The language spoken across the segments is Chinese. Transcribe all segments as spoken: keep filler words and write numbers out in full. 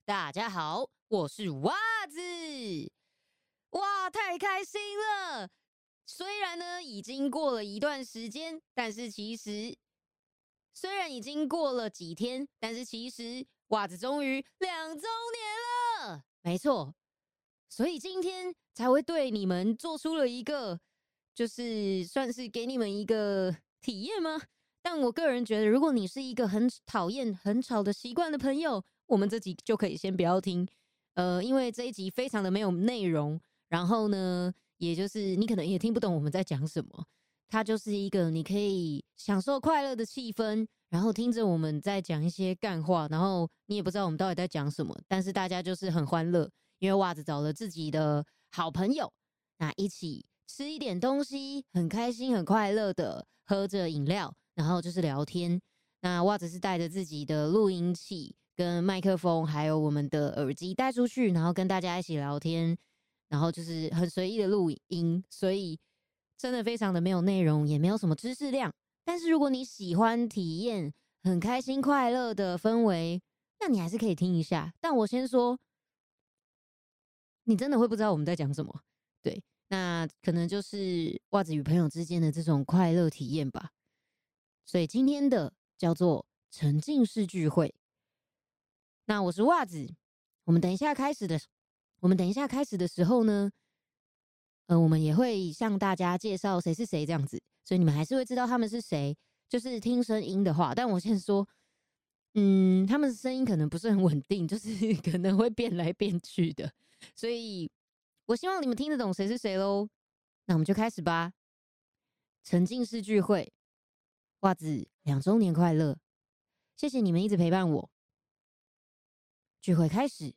大家好，我是袜子。哇，太开心了！虽然呢已经过了一段时间，但是其实虽然已经过了几天，但是其实袜子终于两周年了。没错，所以今天才会对你们做出了一个，就是算是给你们一个体验吗？但我个人觉得，如果你是一个很讨厌、很吵的习惯的朋友，我们这集就可以先不要听。呃，因为这一集非常的没有内容，然后呢，也就是你可能也听不懂我们在讲什么。它就是一个你可以享受快乐的气氛，然后听着我们在讲一些干话，然后你也不知道我们到底在讲什么，但是大家就是很欢乐，因为袜子找了自己的好朋友，那一起吃一点东西，很开心、很快乐的喝着饮料，然后就是聊天。那袜子是带着自己的录音器、跟麦克风，还有我们的耳机带出去，然后跟大家一起聊天，然后就是很随意的录音，所以真的非常的没有内容，也没有什么知识量。但是如果你喜欢体验很开心快乐的氛围，那你还是可以听一下。但我先说，你真的会不知道我们在讲什么。对，那可能就是袜子与朋友之间的这种快乐体验吧。所以今天的叫做沉浸式聚会。那我是袜子，我们等一下开始的，我们等一下开始的时候呢，呃，我们也会向大家介绍谁是谁这样子，所以你们还是会知道他们是谁。就是听声音的话，但我先说，嗯，他们的声音可能不是很稳定，就是可能会变来变去的，所以我希望你们听得懂谁是谁喽。那我们就开始吧。沉浸式聚会，袜子两周年快乐！谢谢你们一直陪伴我。聚会开始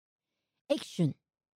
，Action！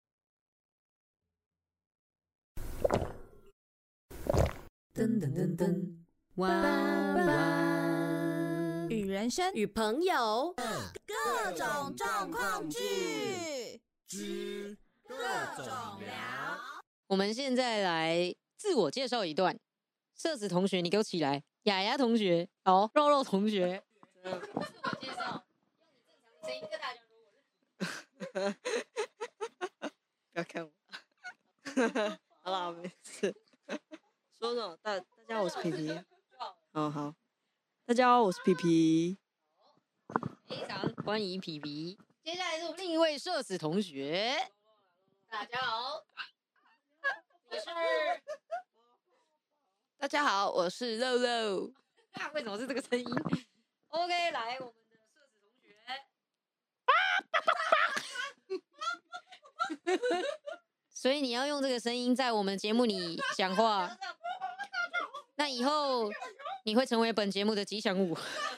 噔噔噔噔，玩玩与人生与朋友各种状况剧之各种聊。 我们现在来自我介绍一段。社子同学，你给我起来；雅雅同学，好；肉肉同学，自我介绍，用你正常的声音跟大家说我是。 不要看我。好了，没事。说什么？大大家好，我是皮皮。好好，大家好，我是皮皮。 非常欢迎皮皮。接下来是我们另一位社子同学，大家好，我是。 大家好，我是肉肉。 啊，为什么是这个声音 ？OK， 来，我们的社子同学。所以你要用这个声音在我们节目里讲话，那以后你会成为本节目的吉祥物。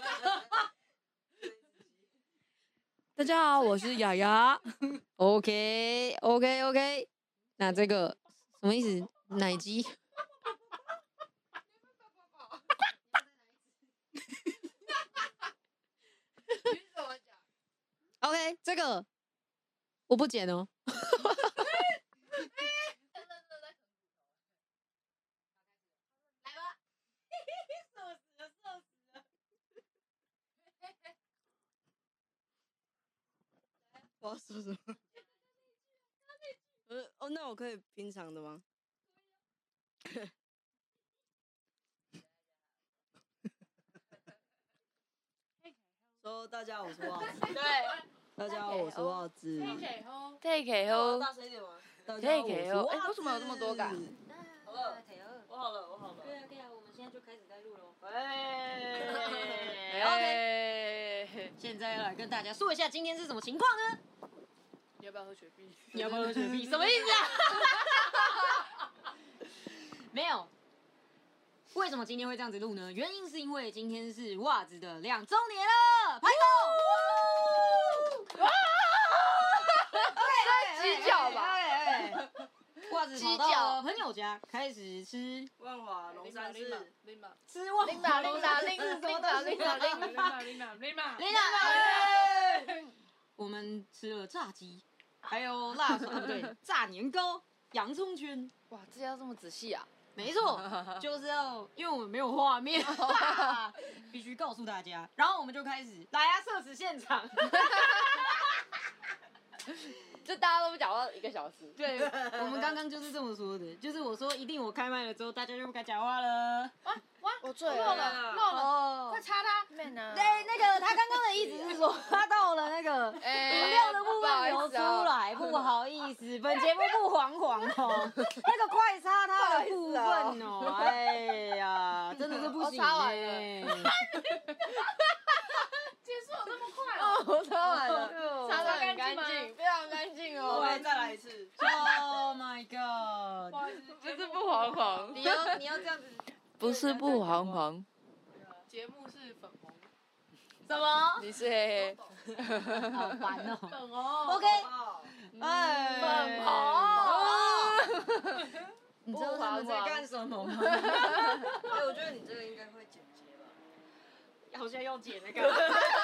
大家好，我是雅雅。 OK，OK，OK，那这个什么意思？奶鸡。OK， 这个我不剪哦。来吧，瘦死了，瘦死了。 我要说什么？呃哦，那我可以平常的吗？说大家好，我是袜子。 对， 大家好，我是袜子。 take 要 hold 大声一点吗？大家好，我 take 是 hold， 袜哎，为什么有这么多感？ 好了，我好了，我好了。 对啊，对啊，我们现在就开始在录喽。 喂 OK，现在要来跟大家说一下今天是什么情况呢？ 你要不要喝雪碧？ 你要不要喝雪碧？什么意思啊？没有。为什么今天会这样子录呢？原因是因为今天是袜子的两周年了，拍手！哇！ 鸡叫吧！ 袜子跑到了朋友家，开始吃万华龙山寺。 吃万琳达琳达琳达琳达琳达琳达琳达琳达琳达，我们吃了炸鸡，还有辣呃不对，炸年糕、洋葱圈。 哇，这要这么仔细啊？ 没错，就是要，因为我们没有画面，必须告诉大家。然后我们就开始来啊，社死现场。 就大家都不讲话一个小时。 对，我们刚刚就是这么说的，就是我说一定我开麦了之后，大家就不敢讲话了。 哇哇， 我醉漏了， 了漏了， 哦快擦他。 妹呢？ 对，那个他刚刚的意思是说，他到了那个饮料的部分流出来，不好意思，本节目不黄黄哦，那个快擦他的部分哦，哎呀，真的是不行哎。 结束有那么快哦？ 我擦完了， 擦擦得很干净净，非常干净哦。 我再来一次。 Oh my god！ 不好意思， 不是不黄黄， 你要你要这样子， 不是不黄黄， 节目是粉红， 什么？ 你是黑黑。 好烦哦。 粉红。 OK，哎， 粉红。 你知道他们在干什么吗？ 哎，我觉得你这个应该会剪接吧？ 好像要剪那个。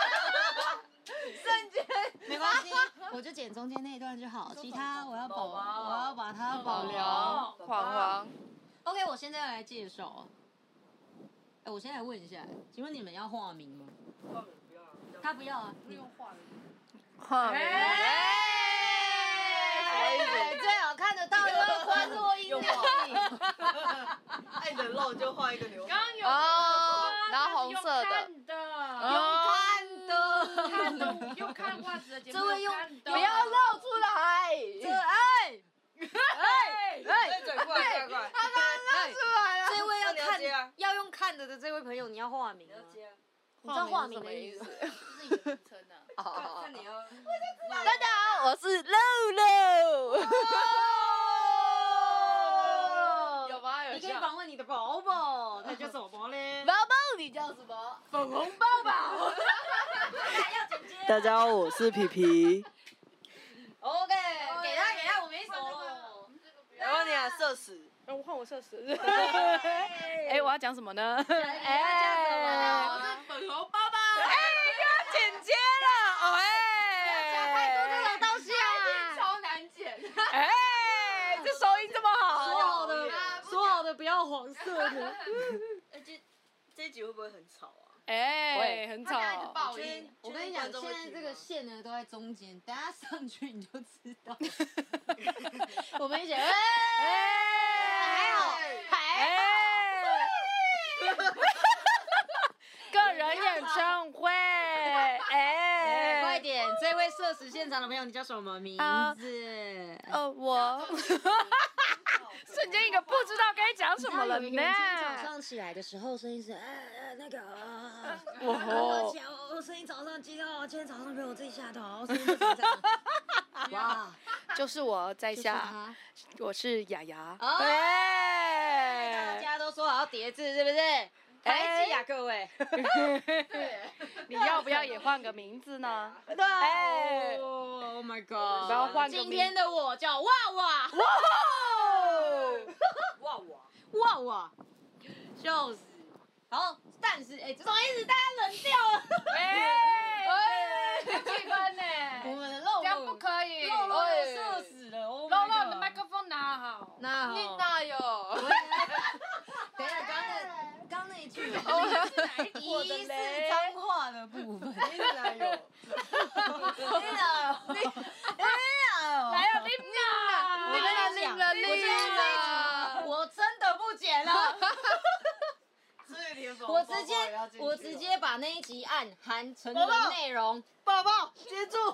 瞬间。 没关系，我就剪中间那一段就好，其他我要保，我要把它保留。 黄黄。 OK， 我现在来介绍。哎，我先来问一下，请问你们要化名吗？他不要啊。 不用画了。 画面。 哎，最好看得到就是关洛音爱的肉就画一个牛。 刚刚有哦然后红色的看的， 用看的， 看的，用看袜子的节目， 这位用看的不要露出来。 这哎哎哎， 嘴过来，过来。 出来了。 这位要那你要接啊看要用看的的这位朋友，你要化名吗？ 啊。 你知道化名的意思？ 这是你的名称啊。 哦看你要。 大家好，我是露露。有吗？有你可以像。 访问你的宝宝，他叫什么嘞？ 宝宝，你叫什么？粉红包宝。 大家好，我是皮皮。 OK，给他给他，我没手了。 然后你啊，社死。 哎，我换我设施。哎，我要讲什么呢？哎， 我是粉红包包。 哎，要剪接了，哦哎。 太多这种东西啊！ 超难剪。 哎，这收音这么好。 说好的，说好的不要黄色的。 哎，这这一集会不会很吵啊？ 哎，很他刚才一直吵。 爆音。 我跟你讲，现在这个线呢都在中间，等下上去你就知道。我们一起，哎，还好，还哎，个人演唱会，哎， 快点！这位社死现场的朋友，你叫什么名字？ 呃，我瞬间一个不知道该讲什么了有一个人今天早呢。 上起来的时候，声音是哎哎那个，啊哦吼起来我声音早上记到，今天早上被我自己吓到，声音就成这样。哇， 就是我在就是下， 他。 我是雅雅。 哦大哎， 家都说好要叠字，是不是？排挤啊，各位。 你要不要也换个名字呢？ 对。 哎 Oh my god！ 不要换个名今天的我叫哇哇哇哇！ 哇哇，笑死。好，但是哎，这种意思大家冷掉了。 哎， 气氛呢？ 我们的肉这样不可以。 肉肉要射死了。Oh 肉 my 肉，你的 god 麦克风拿好。 那好。 你哪有？ 等一下，刚那刚那一句我的疑似嘞脏话的部分。 你哪有？ 你哪有？你哪有？ 来了，琳娜， 我跟你讲，我今天这一集我真的不剪了，我直接我直接把那一集按含成人内容， 抱抱，接住。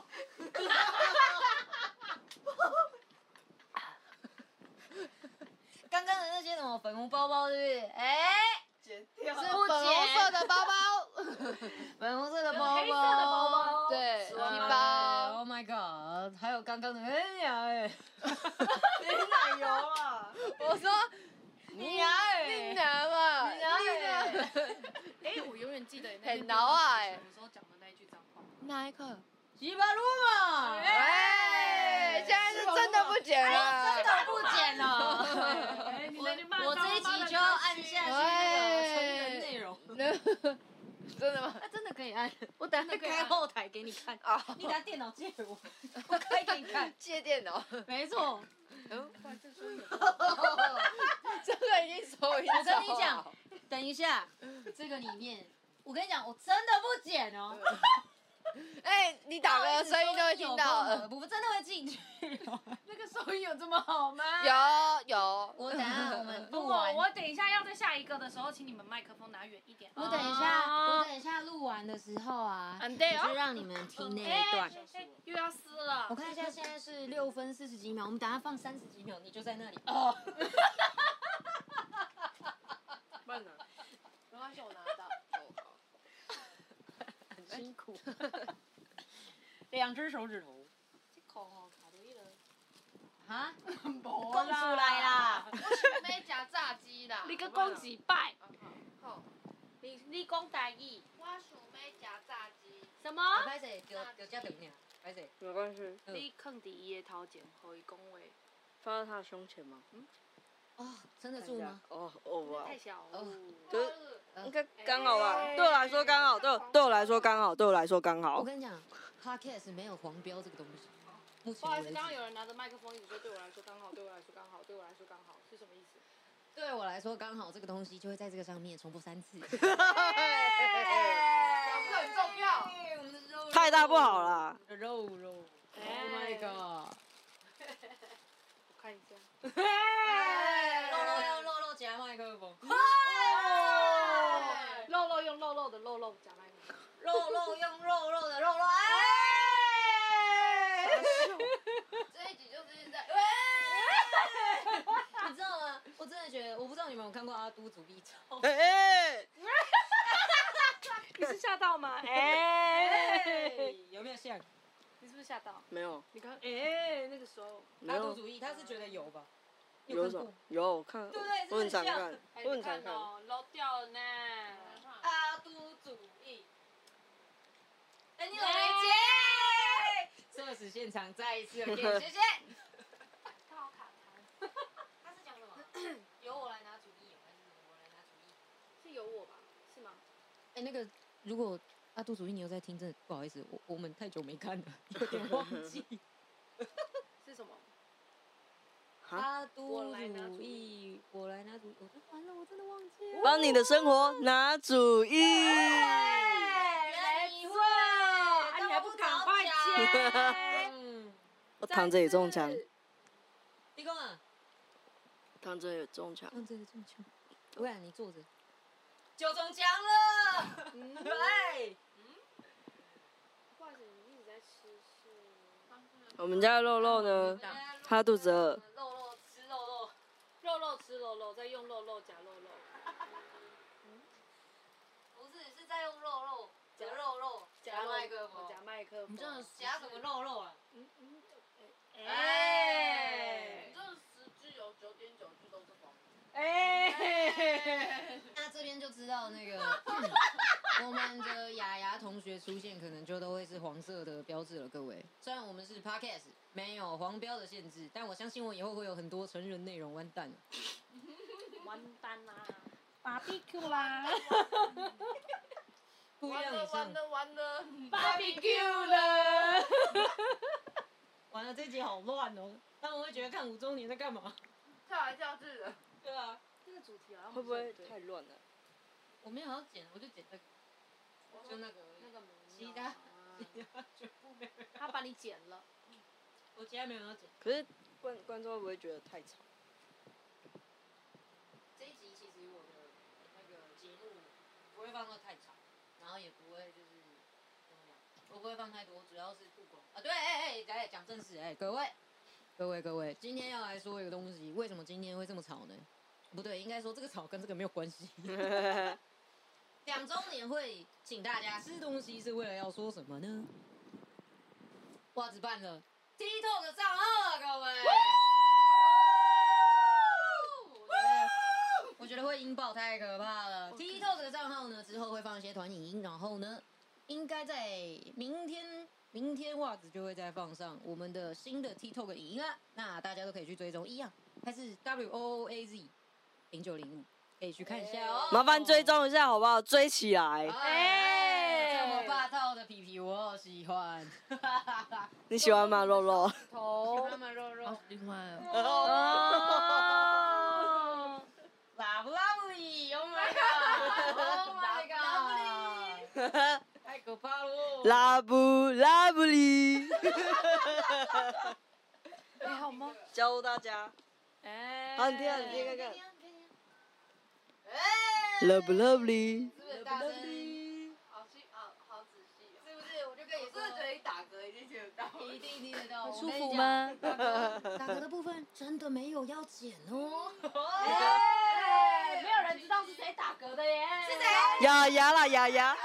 刚刚的那些什么粉红包包，是不是？哎， 剪掉。 是不粉红色剪， 的包包， 粉红色的包包， 黑色的包包对， 是吗皮包。 Oh my god！还有刚刚的，哎呀哎， 你哪有啊？ 我说，你呀你拿嘛， 你呀哎，我永远记得你那天很挠啊哎什么时候讲的那一句脏话。 哪一个？ 西巴路嘛， 哎，现在是真的不剪了， 真的不剪了。 哎，你那句骂我这一集就要按下去那个成人内容， 真的吗？ 啊，真的可以按。我等下开后台给你看， 啊， 你等下电脑借我，我开给你看。 借电脑， 没错， 嗯， 哇，这声音有这个已经收音。 我跟你讲，等一下，这个里面，我跟你讲，我真的不剪哦。 哎，你打个声音就会听到了。 我们真的会进去。 那个收音有这么好吗？ 有有， 我等下我们如录完， 果我等一下要在下一个的时候，请你们麦克风拿远一点。 我等一下，我等一下录完的时候啊， 嗯对哦我就让你们听那一段。 哎，又要撕了我。看一下，现在是六分四十几秒，我们等下放三十几秒，你就在那里。哦， 慢点。 没关系，我拿到。 很辛苦。两只手指头。 这口哦，卡到一了。 啊？ 讲供出来啦！ 买食炸鸡啦。 你个讲几拜？ 好， 你你讲台语。 我想要食炸鸡。 什么？ 拍谁？就就这等呢？拍谁？ 没关系。 你放伫伊的头前，互伊讲话。 放在他的胸前吗？ 哦，撑得住吗？ 哦哦哇！ 太小哦了。 可是呃应该刚好吧？对我来说刚好，对我对我来说刚好，对我来说刚我好。 跟你讲 ，podcast 没有黄标这个东西。目不好意思， 前为止刚刚，有人拿着麦克风一直说对我来说刚好，对我来说刚好，对我来说刚好，是什么意思？ 对我来说刚好这个东西就会在这个上面重复三次。 两个很重要。 我们的肉太大不好啦。 肉肉。Oh my god！ 我看一下。 肉肉用肉肉夹麦克风。 肉肉用肉肉的肉肉夹麦克风。 肉肉用肉肉的肉肉。哎！ 这一集就是在。 你知道吗？我真的觉得，我不知道你们有看过阿都主义超。 哎哎， 你是吓到吗？哎， 有没有像你是不是吓到？ 没有你刚哎那个时候， 没有阿都主义？他是觉得有吧？ 有什么看过？ 有我看， 对不对我很常是不是很看，我很常看。 哦，漏掉了呢。 阿都主义。哎，你怎么没接？测试现场再一次的谢谢。 他好卡痰。 他是讲什么？由我来拿主意，还是我来拿主意？ 是有我吧？是吗？ 哎，那个如果阿都主义你有在听，真的不好意思，我我们太久没看了，有点忘记。 是什么？ 哈， 阿都我来拿主主义，我来拿主意，我都完了，我真的忘记了。 帮你的生活拿主意。 原来你会， 啊，你还不赶快接？ 嗯， 我躺着也中枪， 立功啊， 躺着也中枪。 躺着也中枪。我让你坐着，就中枪了。对。 不好意思，你一直在吃是？ 我们家的肉肉呢？他肚子饿。 肉肉吃肉肉。 肉肉吃肉肉，再用肉肉夹肉肉。 不是，是在用肉肉夹肉肉夹麦克风。 夹麦克风。 你这种夹什么肉肉啊？ 嗯嗯。 哎这十句有九点九句都是黄。 哎。 那这边就知道那个我们的雅雅同学出现，可能就都会是黄色的标志了。各位，虽然我们是 podcast， 没有黄标的限制，但我相信我以后会有很多成人内容。完蛋了， 完蛋啦！barbecue 啦不一完样以上。 了完了完了。 ！barbecue 了！ 完了，这集好乱哦，他们会觉得看五周年在干嘛？ 跳来跳去的。 对啊， 这个主题好像会不会对太乱了？ 我没有要剪，我就剪这个，就那个而已那个没有其他啊全部没有， 他把你剪了。 我其他没有要剪。 可是观观众会不会觉得太吵？ 这一集其实我的那个节目不会放到太长，然后也不会就是怎么讲，我不会放太多，主要是不广啊。对，哎哎，来讲正事，哎，各位，各位各位，今天要来说一个东西，为什么今天会这么吵呢？不对，应该说这个吵跟这个没有关系。两周年会请大家吃东西，是为了要说什么呢？袜子办了 TikTok 账号啊，各位。我觉得会音爆太可怕了。TikTok 的账号呢，之后会放一些团影音，然后呢，应该在明天，明天袜子就会再放上我们的新的 TikTok 影音啦。那大家都可以去追踪，一样，还是 W O O A Z 零九零五，可以去看一下哦。 麻烦追踪一下好不好？追起来！ 哎，这么霸道的皮皮，我好喜欢。 你喜欢吗，肉肉？ 头，妈妈肉肉。 喜欢。 哦，Lovely，Oh my God，Oh my God，太可怕发喽。 拉布拉布里， 你好吗？ 教大家。 哎， 好，你听啊，你听看看。 哎 Love lovely。 是不是大声？ 好细，好好仔细哦。 是不是？我就跟你说， 觉得一打嗝一定听得到。 一定听得到。 舒服吗？ 打嗝的部分真的没有要剪哦。 哎，没有人知道是谁打嗝的耶。是谁？ 雅雅啦，雅雅。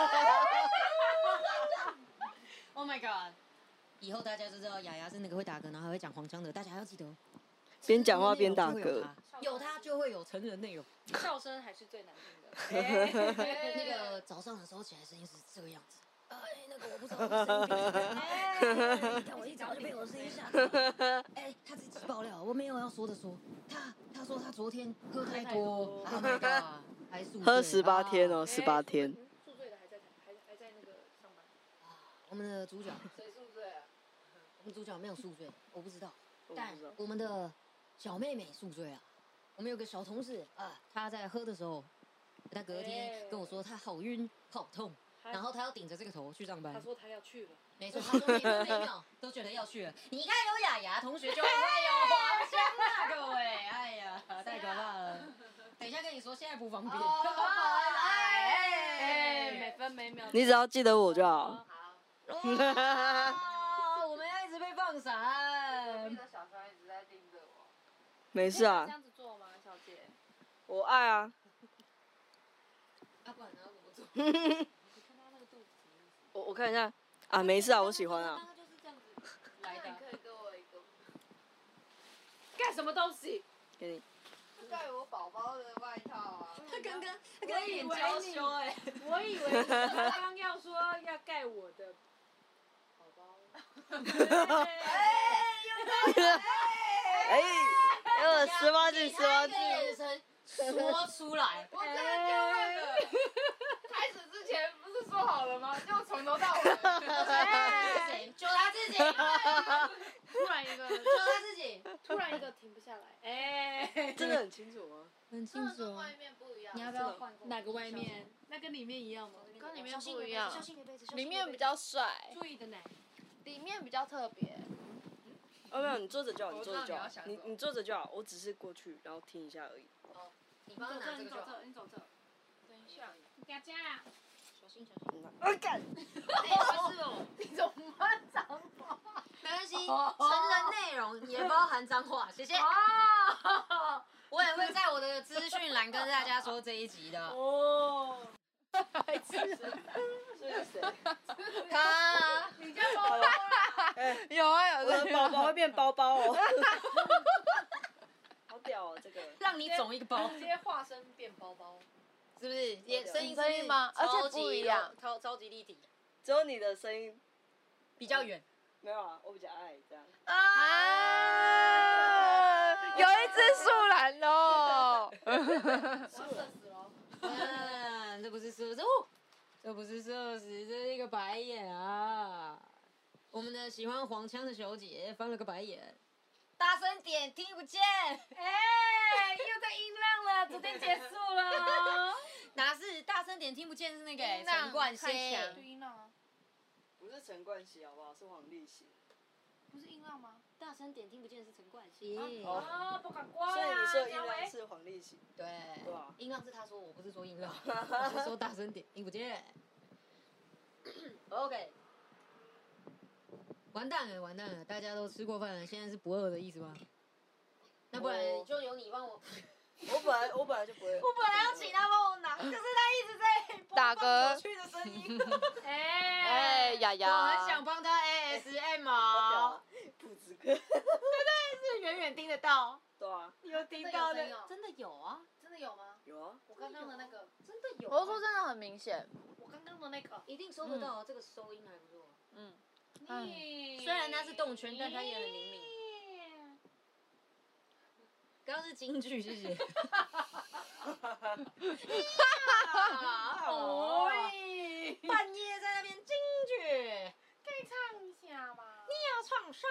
Oh my god！ 以后大家就知道雅雅是那个会打嗝，然后还会讲黄腔的，大家要记得哦。 边讲话边打嗝。 有他就会有成人内容。 笑声还是最难听的。 那个早上的时候起来声音是这个样子。哎，那个我不知道我的声音比较哎，你看我一早就被我的声音吓到。哎，他自己爆料，我没有要说的说。他他说他昨天喝太多。Oh my god！ 还宿醉。 喝十八天哦，十八天。 宿醉的还在还还在那个上班。 我们的主角。 谁宿醉啊？ 我们主角没有宿醉，我不知道。但我们的小妹妹宿醉啊。我们有个小同事啊，她在喝的时候，她隔天跟我说她好晕好痛，然后她要顶着这个头去上班。 他说他要去了。 没错，她说每分每秒都觉得要去了。你看有雅雅同学就不会有黄腔啊，各位，哎呀，太可怕了。等一下跟你说，现在不方便。 哎，每分每秒。 你只要记得我就好。 好。我们要一直被放闪。 你的小船一直在盯着我。 没事啊这。样子做吗，小姐？ 我爱啊。 啊，不然呢？怎么做？ 你看他那个肚子。 我我看一下啊，没事啊，我喜欢啊。 他就是这样子来的。 可以给我一个。 干什么东西？ 给你。 盖我宝宝的外套啊。 他刚刚他刚刚一脸娇羞哎。 我以为你刚刚要说要盖我的宝宝。 哎，呃，十八禁，十八禁。 眼神说出来。 我真的就那个。开始之前不是说好了吗？就从头到尾。 是谁？就他自己。 突然一个， 就他自己。 突然一个停不下来。哎， 真的很清楚吗？ 很真的跟外面不一样。 你要不要换？ 哪个外面？那跟里面一样吗？ 跟里面不一样。 小心你的杯子。 里面比较帅。 注意的呢。 里面比较特别。 哦，没有，你坐着就好，你坐着就好我知道你要想。 你你坐着就好，我只是过去然后听一下而已。 你帮他拿这你走个就好。 这，你走这。 等一下。 你家家。 小心小心。 啊干！ 没事哦。 你怎么骂脏话？ 没关系，成人内容也包含脏话，谢谢。我也会在我的资讯栏跟大家说这一集的。 哦。 白痴。 这是谁？ 他。 你叫包包啊？有啊有我的宝宝会变包包哦。好屌哦，这个。 让你肿一个包， 直接化身变包包。 是不是？也声音声音吗而且不一样， 超超级立体， 只有你的声音比较远。 没有啊，我比较爱这样。 啊！有一只树懒哦。 我射死了。嗯，这不是射手，这不是射死，这是一个白眼啊！我们的喜欢黄腔的小姐翻了个白眼。大声点，听不见。 哎，又在音浪了，昨天结束了。 哪是大声点听不见是那个音浪陈冠希。 太强对音浪啊。 不是陈冠希好不好？是黄立行。 不是音浪吗？ 大声点听不见是陈冠希。 哦，不敢刮所以你说音两位浪是黄立行。 对。 对啊。 音浪是他说，我不是说音浪，我是说大声点听不见。OK。完蛋了，完蛋了！大家都吃过饭了，现在是不饿的意思吗？那不然就由你帮我。 我本来我本来就不会。 我本来要请他帮我拿，可是他一直在打嗝有趣的声音。 哎哎，雅雅。 我很想帮他 A S M 好哦。 不知哥。 是远远听得到。 对啊。 有听到的，真的有啊， 真的有吗？ 有啊。 我刚刚的那个。 真的有。 我是说真的很明显。 我刚刚的那个。 一定收得到，这个收音还不错。 嗯。 虽然它是动圈，但它也很灵敏。刚刚是京剧，谢谢。哦，半夜在那边京剧， 可以唱一下吗？ 你要唱啥？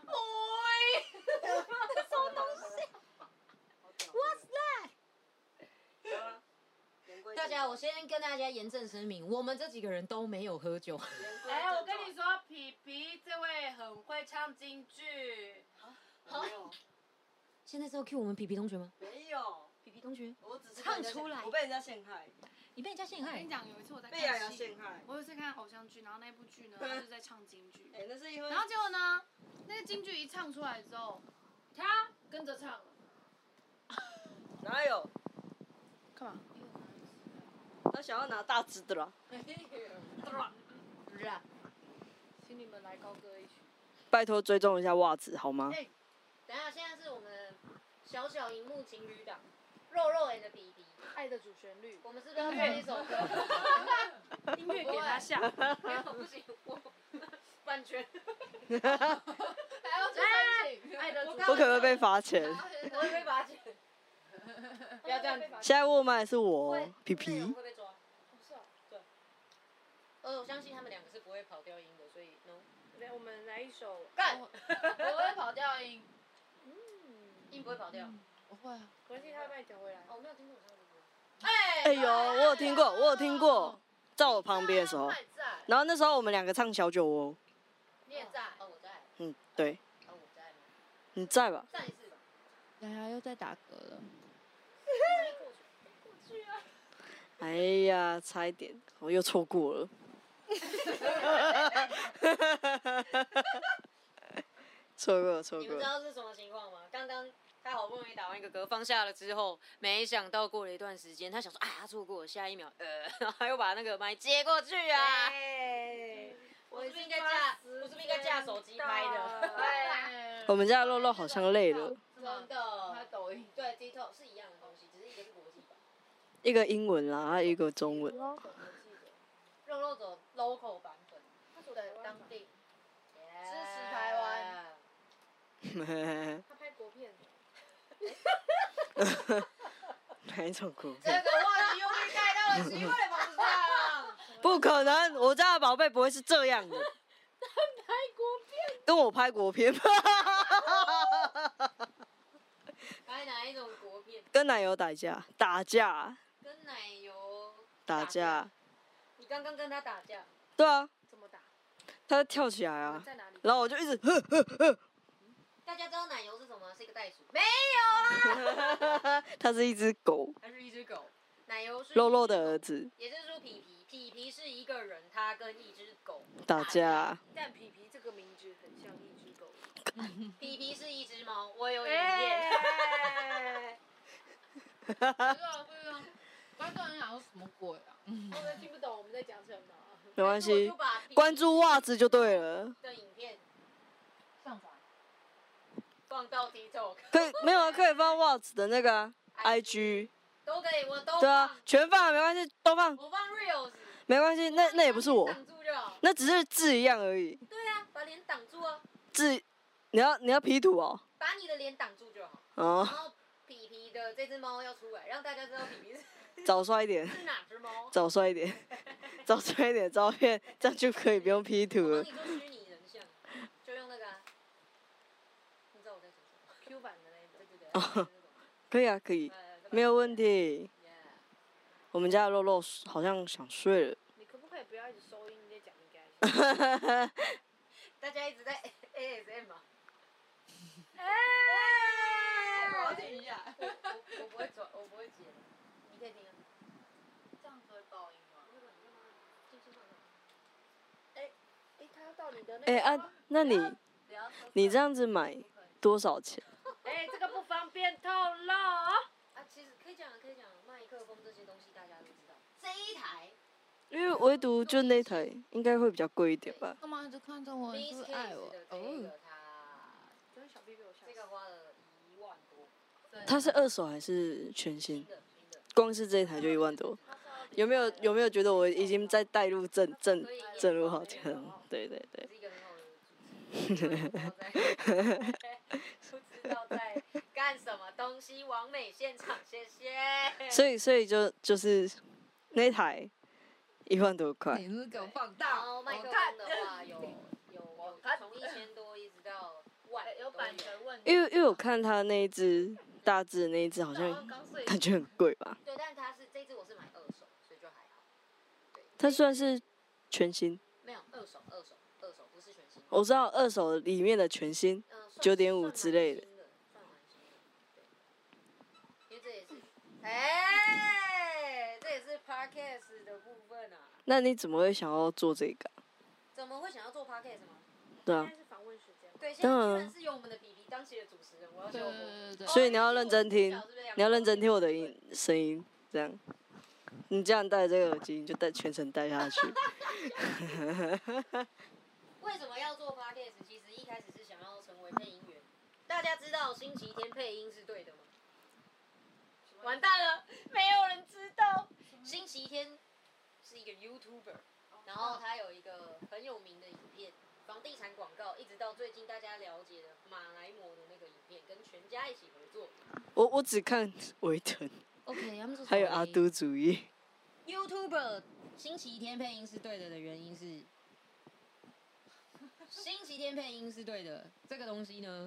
哦，什么东西？What's that？ 好了，言归对， 大家，我先跟大家严正声明，我们这几个人都没有喝酒。 哎，我跟你说，皮皮这位很会唱京剧。 没有， 现在是要 cue 我们皮皮同学吗？ 没有， 皮皮同学， 我只是唱出来我被人家陷害， 你被人家陷害我跟你。讲，有一次我在被雅雅看戏陷，害。 我有一次看偶像剧，然后那部剧呢，他就是在唱京剧。 哎，那是因为然后结果呢，那个京剧一唱出来之后，他跟着唱了。 哪有？ 干嘛？ 他想要拿大只的啦。 不是啊， 请你们来高歌一曲。 拜托追踪一下袜子好吗？ 哎等一下，现在是我们小小荧幕情侣档，肉肉 and 比比， 爱的主旋律， 我们是不是要唱一首歌？ 音乐给他下。 没有不行，我版权。 还要去申请。 爱的主我可能会被罚钱。 我会被罚钱。不要这样子， 现在握麦的是我会皮内容皮。 会被抓。 是啊。 呃，我相信他们两个是不会跑调音的，所以 no。 来，我们来一首。 干， 我会跑调音。 音不会跑调。 我会啊。 关系他帮你调回来。 哦，我没有听过这首歌。哎哎呦，我有听过，我有听过，在我旁边的时候。 在， 然后那时候我们两个唱小酒窝。 你也在？哦，我在。 嗯，对， 哦，我在吗？ 你在吧？ 上一次吧。 雅雅又在打嗝了。 哎呀，差一点，我又错过了。错过了，错你过了。 们知道是什么情况吗？刚刚他好不容易打完一个嗝放下了之后，没想到过了一段时间，他想说啊，他错过了，下一秒呃，然后他又把那个麦接过去啊。我是不是应该架？我是不是应该架手机拍的？对， 我们家的肉肉好像累了， 真的。 拍抖音。 对，TikTok 是一样的东西，只是一个是国际版， 一个英文啦，还有一个中文。 肉肉走 local 版本，对，当地支持台湾。 他拍国片。 哪一种国这片？ 个话题又被带到了奇怪的方向。 不可能，我家的宝贝不会是这样的。 拍国片。 跟我拍国片。 拍哪一种国片？ 跟奶油打架，打架， 跟奶油打架。 你刚刚跟他打架？ 对啊， 怎么打？ 他跳起来啊， 在哪里？ 然后我就一直呵呵呵。 大家知道奶油是什么吗？是一个袋鼠。没有啦。 它是一只狗， 它是一只狗。奶油是肉肉的儿子也就是说皮皮，皮皮是一个人，他跟一只狗打架。 但皮皮这个名字很像一只狗。 皮皮是一只猫，我有影哎片。 不知道不知道，观众人想说什么鬼啊？ 他们听不懂我们在讲什么。 没关系我就把皮皮关注袜子就对了。 的影片上传。 放到 TikTok， 可以没有啊？可以放袜子的那个啊 I G。 都可以，我都对啊放， 全放没关系，都放我放 Reels， 没关系。那那也不是我， 挡住就好。 那只是字一样而已。 对啊，把脸挡住啊， 字你要你要 P 图哦。 把你的脸挡住就好。 哦然，后皮皮的这只猫要出来，让大家知道皮皮是早刷一点， 是哪只猫。 早刷一点，早刷一点照片，这样就可以不用 P 图了我帮你。做虚拟人像，就用那个啊。你知道我在说什么 Q 版的那种。 对对对。 哦可以啊，可以，没有问题。我们家的肉肉好像想睡了。 你可不可以不要一直收音？你在讲应该。 大家一直在 A S M 嘛。 我要听一下。 我我我不会转，我不会剪，你可以听啊。 这样子会爆音吗？ 哎，他要到你的那个。 哎啊，那你不要说你这样子买多少钱？ 哎，这个不方便透露。 啊，其实可以讲，可以讲，麦克风这些东西大家都知道。这一台因为唯独就那台应该会比较贵一点吧。 干嘛一直看着我？你是 Miss 不是爱 Case 我？ 的这哦， 个它， 昨天小 B 被我吓死。 这个花了一万多。 它是二手还是全新新？的新的。 光是这一台就一万多。有没有有没有觉得我已经在带入正正正入好钱？对对对。 是一个很好的主持人，不知道在干什么东西。完美现场，谢谢。 所以所以就就是那台一万多块。 你是不是给我放然大？ 后麦克我看风的话有有有从一千多一直到万， 有版权问题。 因为因为我看他那一只大只的那一只好像刚睡。 感觉很贵吧？ 对，但它是这只我是买二手， 它算是全新， 没有二手，二手，二手不是全新。 我知道二手里面的全新， 嗯，算九点五之类的。 算蛮新的，算蛮新的。对，因为这也是，哎，这也是 podcast 的部分啊。 那你怎么会想要做这个啊？ 怎么会想要做 podcast 吗？ 对啊， 是访问时间。 对，现在当然居然是由我们的比比当起了主持人，我要对笑死。 对对对。 所以你要认真听哦是不是你要认真听我的音声音，这样。你这样戴这个耳机，你就戴全程戴下去。 为什么要做 podcast？其实一开始是想要成为配音员。大家知道星期天配音是对的吗？完蛋了，没有人知道。星期天是一个 YouTuber， 然后他有一个很有名的影片，房地产广告，一直到最近大家了解的马来貘的那个影片，跟全家一起合作。 我我只看维腾， OK， 还有阿都主义。 YouTuber 星期天配音是对的的原因是，星期天配音是对的，这个东西呢，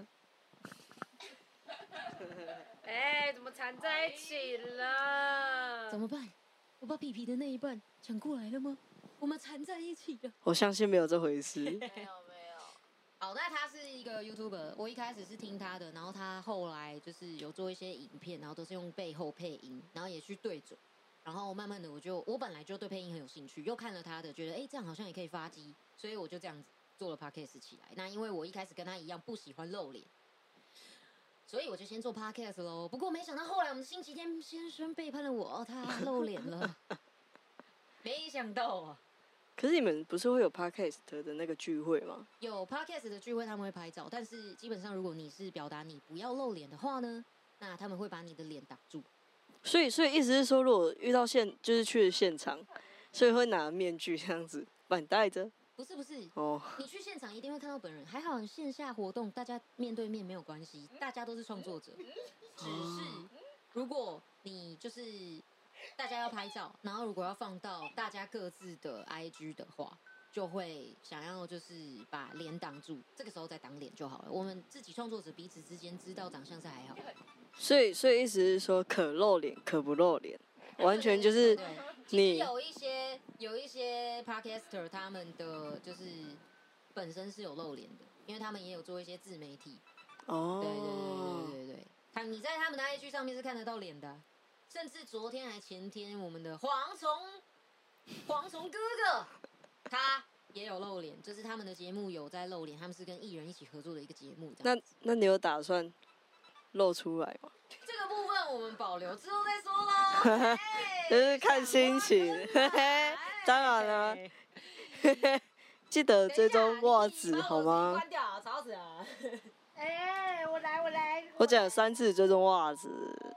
哎，怎么缠在一起了？ 怎么办？我把皮皮的那一半抢过来了吗？我们缠在一起了。 我相信没有这回事。 没有没有。 好，那他是一个 YouTuber， 我一开始是听他的，然后他后来就是有做一些影片，然后都是用背后配音，然后也去对准。然后慢慢的，我就我本来就对配音很有兴趣，又看了他的，觉得哎这样好像也可以发机，所以我就这样子做了 podcast 起来。那因为我一开始跟他一样不喜欢露脸，所以我就先做 podcast 喽。不过没想到后来我们星期天先生背叛了我，他露脸了，没想到啊。 可是你们不是会有 podcast 的那个聚会吗？ 有 podcast 的聚会他们会拍照，但是基本上如果你是表达你不要露脸的话呢，那他们会把你的脸挡住。 所以，所以意思是说，如果遇到现就是去现场，所以会拿面具这样子把你戴着。 不是不是， 哦， 你去现场一定会看到本人。还好线下活动大家面对面没有关系，大家都是创作者。只是如果你就是大家要拍照，然后如果要放到大家各自的 I G 的话，就会想要就是把脸挡住，这个时候再挡脸就好了。我们自己创作者彼此之间知道长相是还好。 所以，所以意思是说，可露脸，可不露脸，完全就是对其实你有一些有一些 podcaster 他们的就是本身是有露脸的，因为他们也有做一些自媒体。 哦， 对对对对对对，他你在他们的 I G 上面是看得到脸的，甚至昨天还前天我们的蝗虫蝗虫哥哥他也有露脸，就是他们的节目有在露脸，他们是跟艺人一起合作的一个节目。 那那你有打算露出来吗？ 这个部分我们保留之后再说喽。 就是看心情，嘿嘿，当然了，嘿嘿，记得追踪袜子好吗？ 关掉，吵死了。 哎，我来我来。 我讲了三次追踪袜子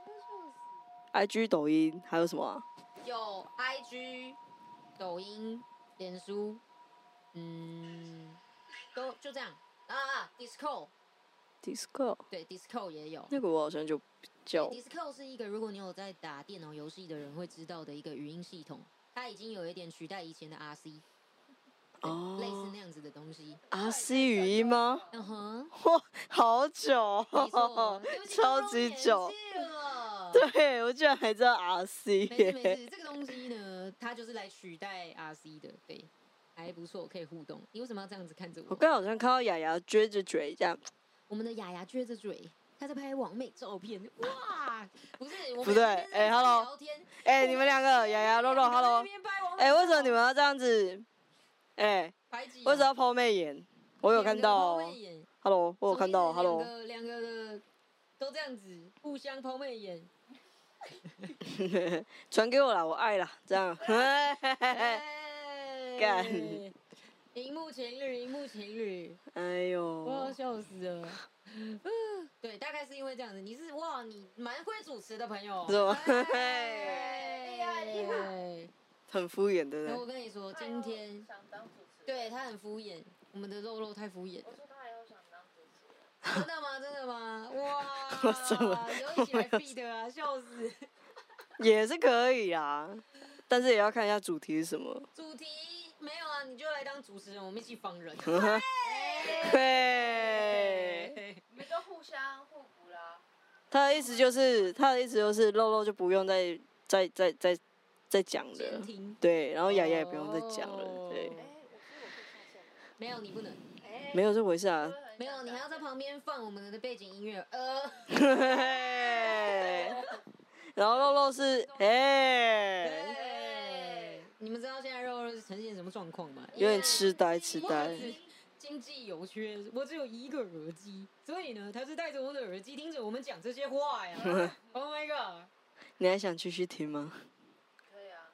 ，I G、抖音还有什么啊？ 有 I G、抖音、脸书，嗯，都就这样啊啊 ，Discord， Discord 对 Discord 也有。 那个我好像就比较 Discord 是一个如果你有在打电脑游戏的人会知道的一个语音系统，它已经有一点取代以前的 R C， 对哦类似那样子的东西。 R C 语音吗？ 嗯哼， 哇，好久没错，对不起超级久。。 暴露年纪了对，我居然还知道 R C 没事没耶。 事，这个东西呢，它就是来取代 R C 的，对，还不错，可以互动。你为什么要这样子看着我？ 我刚好像看到雅雅撅着嘴这样， 我们的雅雅撅着嘴，她在拍完美照片，哇！不是，我们不对两边在哎，hello 聊天， 哎、你们两个雅雅、肉肉，hello，哎、 哎为什么你们要这样子？哎、 排挤啊？ 为什么要抛媚眼？我有看到两个抛哦媚眼 ，hello，我有看到什么意思 ，hello， 两个两个的都这样子，互相抛媚眼。 传给我啦，我爱啦，这样。干哎荧幕情侣，荧幕情侣， 哎我要呦， 笑死了。对，大概是因为这样子。你是哇，你蛮会主持的朋友。 是吗哎厉害厉害。 很敷衍，对然后不对？ 我跟你说，今天想当主持人。 对他很敷衍，我们的肉肉太敷衍了我。说他以后想当主持人。 真的吗？真的吗？哇！ 我怎么有一起来 feed 啊，笑死！ 也是可以啊，但是也要看一下主题是什么。 主题没有啊，你就来当主持人，我们一起访人。 对， 你们都互相互补啦。 他的意思就是，他的意思就是，肉肉就不用再再再再再讲的监，听。 对，然后雅雅也不用再讲了，对， 哦没有，你不能。 没有这回事啊。 没有，你还要在旁边放我们的背景音乐。呃， 然后肉肉是哎， 对，你们知道现在肉肉是呈现什么状况吗？ 有点痴呆痴因为呆。 我只经济有缺，我只有一个耳机，所以呢，他是戴着我的耳机听着我们讲这些话呀。Oh my god！ 你还想继续听吗？ 可以啊，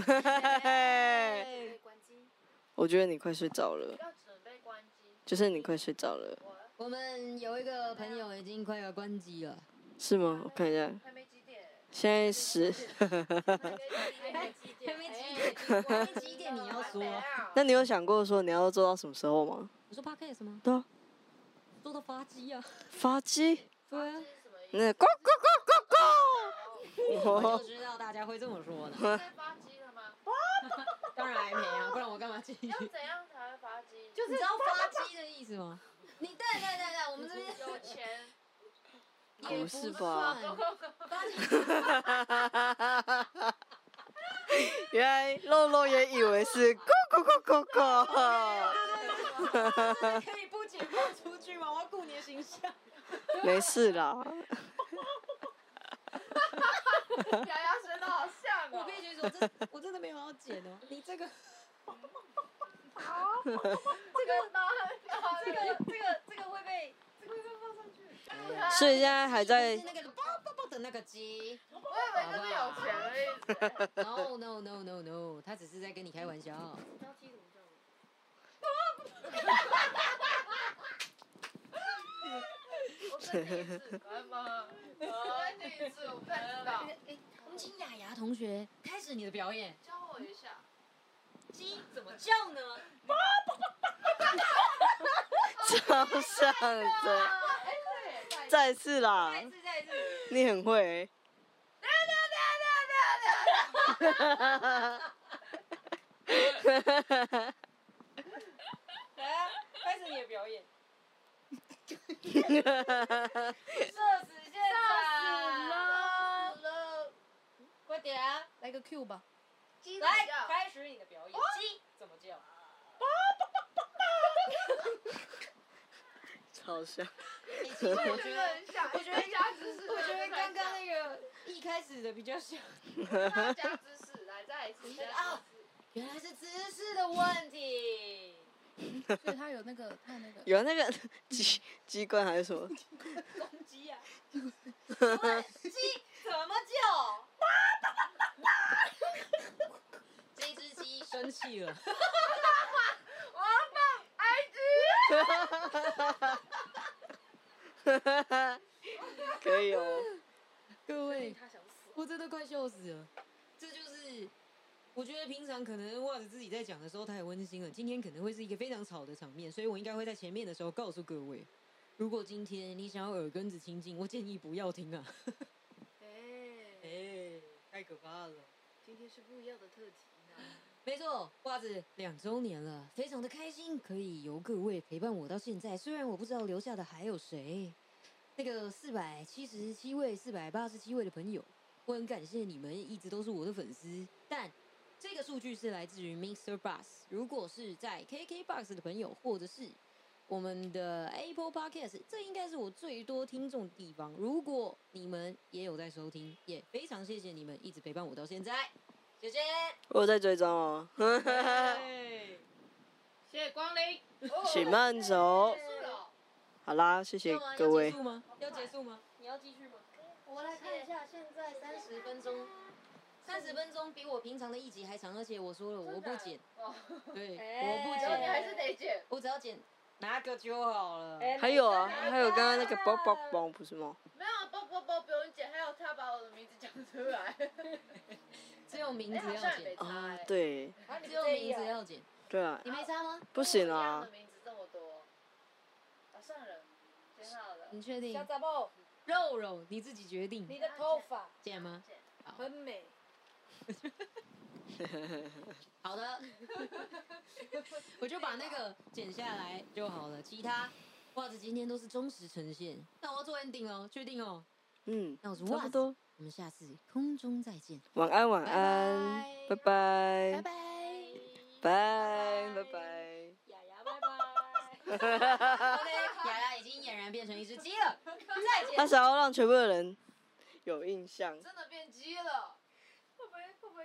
哎关机， 我觉得你快睡着了， 要准备关机。 就是你快睡着了， 我我们有一个朋友已经快要关机了， 是吗？我看一下， 还没几点， 现在十， 还没几点， 还没几点，还没几点你要说？ 那你有想过说你要做到什么时候吗？ 你说 podcast 吗？ 对啊， 做到发机啊？ 发鸡， 对啊， 那咕咕咕咕咕， 我就知道大家会这么说的。 在发机了吗？ 当然还没啊，不然我干嘛继续？ 要怎样才会发机？ 你知道发机的意思吗？你对对对对，我们这边有钱。 也不是吧算发机原来肉肉也以为是咕咕咕咕咕。 可以不解放出去吗？我要顾你的形象。 没事啦， 雅雅学的好像哦。 我必须说，这我真的没有要剪哦。你这个， 好，这个呢？ 这个，这个，这个会被，这个会被放上去。 所以现在还在是那个啵啵啵的那个鸡。 我以为就是有钱的意思。 No no no no no， 他只是在跟你开玩笑。 我跟你一次，来嘛。我跟你一次，我不太知道。 我们请雅雅同学开始你的表演。 教我一下。 鸡怎么叫呢？ 超像的， 哎，对， 再次啦， 再一次，再一次。 你很会、 来啊，开始你的表演。社死现场， 了。 快点啊！ 来个 Q 吧。 来，开始你的表演。鸡怎么叫？ 超像。 其实我觉得， 很像， 我觉得加知识， 我觉得刚刚那个一开始的比较像。 加知识，来再一次。 啊，原来是姿势的问题。 所以他有那个，他有那个。 有那个机机关还是什么？ 公鸡啊！鸡怎么叫？这只鸡生气了。 我要放 I G。 可以哦。 各位，我真的快笑死了。这就是我觉得平常可能袜子自己在讲的时候太温馨了，今天可能会是一个非常吵的场面，所以我应该会在前面的时候告诉各位，如果今天你想要耳根子清净，我建议不要听啊。 哎， 哎，太可怕了。 今天是不一样的特辑呢。 没错，袜子两周年了，非常的开心，可以由各位陪伴我到现在。虽然我不知道留下的还有谁，那个四百七十七位、四百八十七位的朋友，我很感谢你们一直都是我的粉丝。但这个数据是来自于 Mister Bus， 如果是在 K K Box 的朋友，或者是我们的 Apple Podcast， 这应该是我最多听众的地方。如果你们也有在收听，也非常谢谢你们一直陪伴我到现在。谢谢， 我有在追踪哦。 谢谢光临。 请慢走。好啦，谢谢各位要结。束吗？要结束吗？你要继续吗？我来看一下，现在三十分钟，三十分钟比我平常的一集还长，而且我说了我不剪，对，我不剪， 你还是得剪。 我只要剪哪个就好了。 还有啊，还有刚刚那个啵啵啵不是吗？ 没有，不不不，不用剪，还有他把我的名字讲出来。 只有名字哎好要剪像也没，差啊哎， 对只有名字要剪， 对啊， 你没差吗？ 不行跟我一样啊的。名字这么多。啊，算了，挺好的。 你确定？ 小杂包， 肉肉你自己决定， 你的头发剪吗？ 很美。 好的，我就把那个剪下来就好了，其他袜子今天都是忠实呈现。那我要做 ending 哦，确定哦。 嗯， 那我是袜子， 差不多。 我们下次空中再见。 晚安，晚安，拜拜， 拜拜， 拜拜拜。 雅雅拜拜。 雅雅已经俨然变成一只鸡了，再见。 他想要让全部的人有印象。 真的变鸡了，会不会会不会？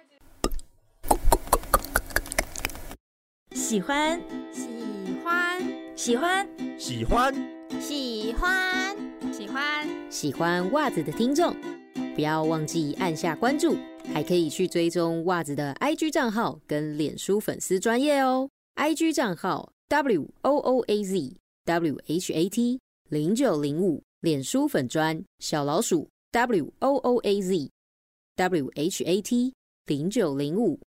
喜欢， 喜欢， 喜欢， 喜欢， 喜欢，喜欢， 喜欢袜子的听众，不要忘记按下关注，还可以去追踪袜子的 I G 账号跟脸书粉丝专页哦。I G 账号 W O O A Z W H A T 零九零五，脸书粉专小老鼠 W O O A Z W H A T 零九零五。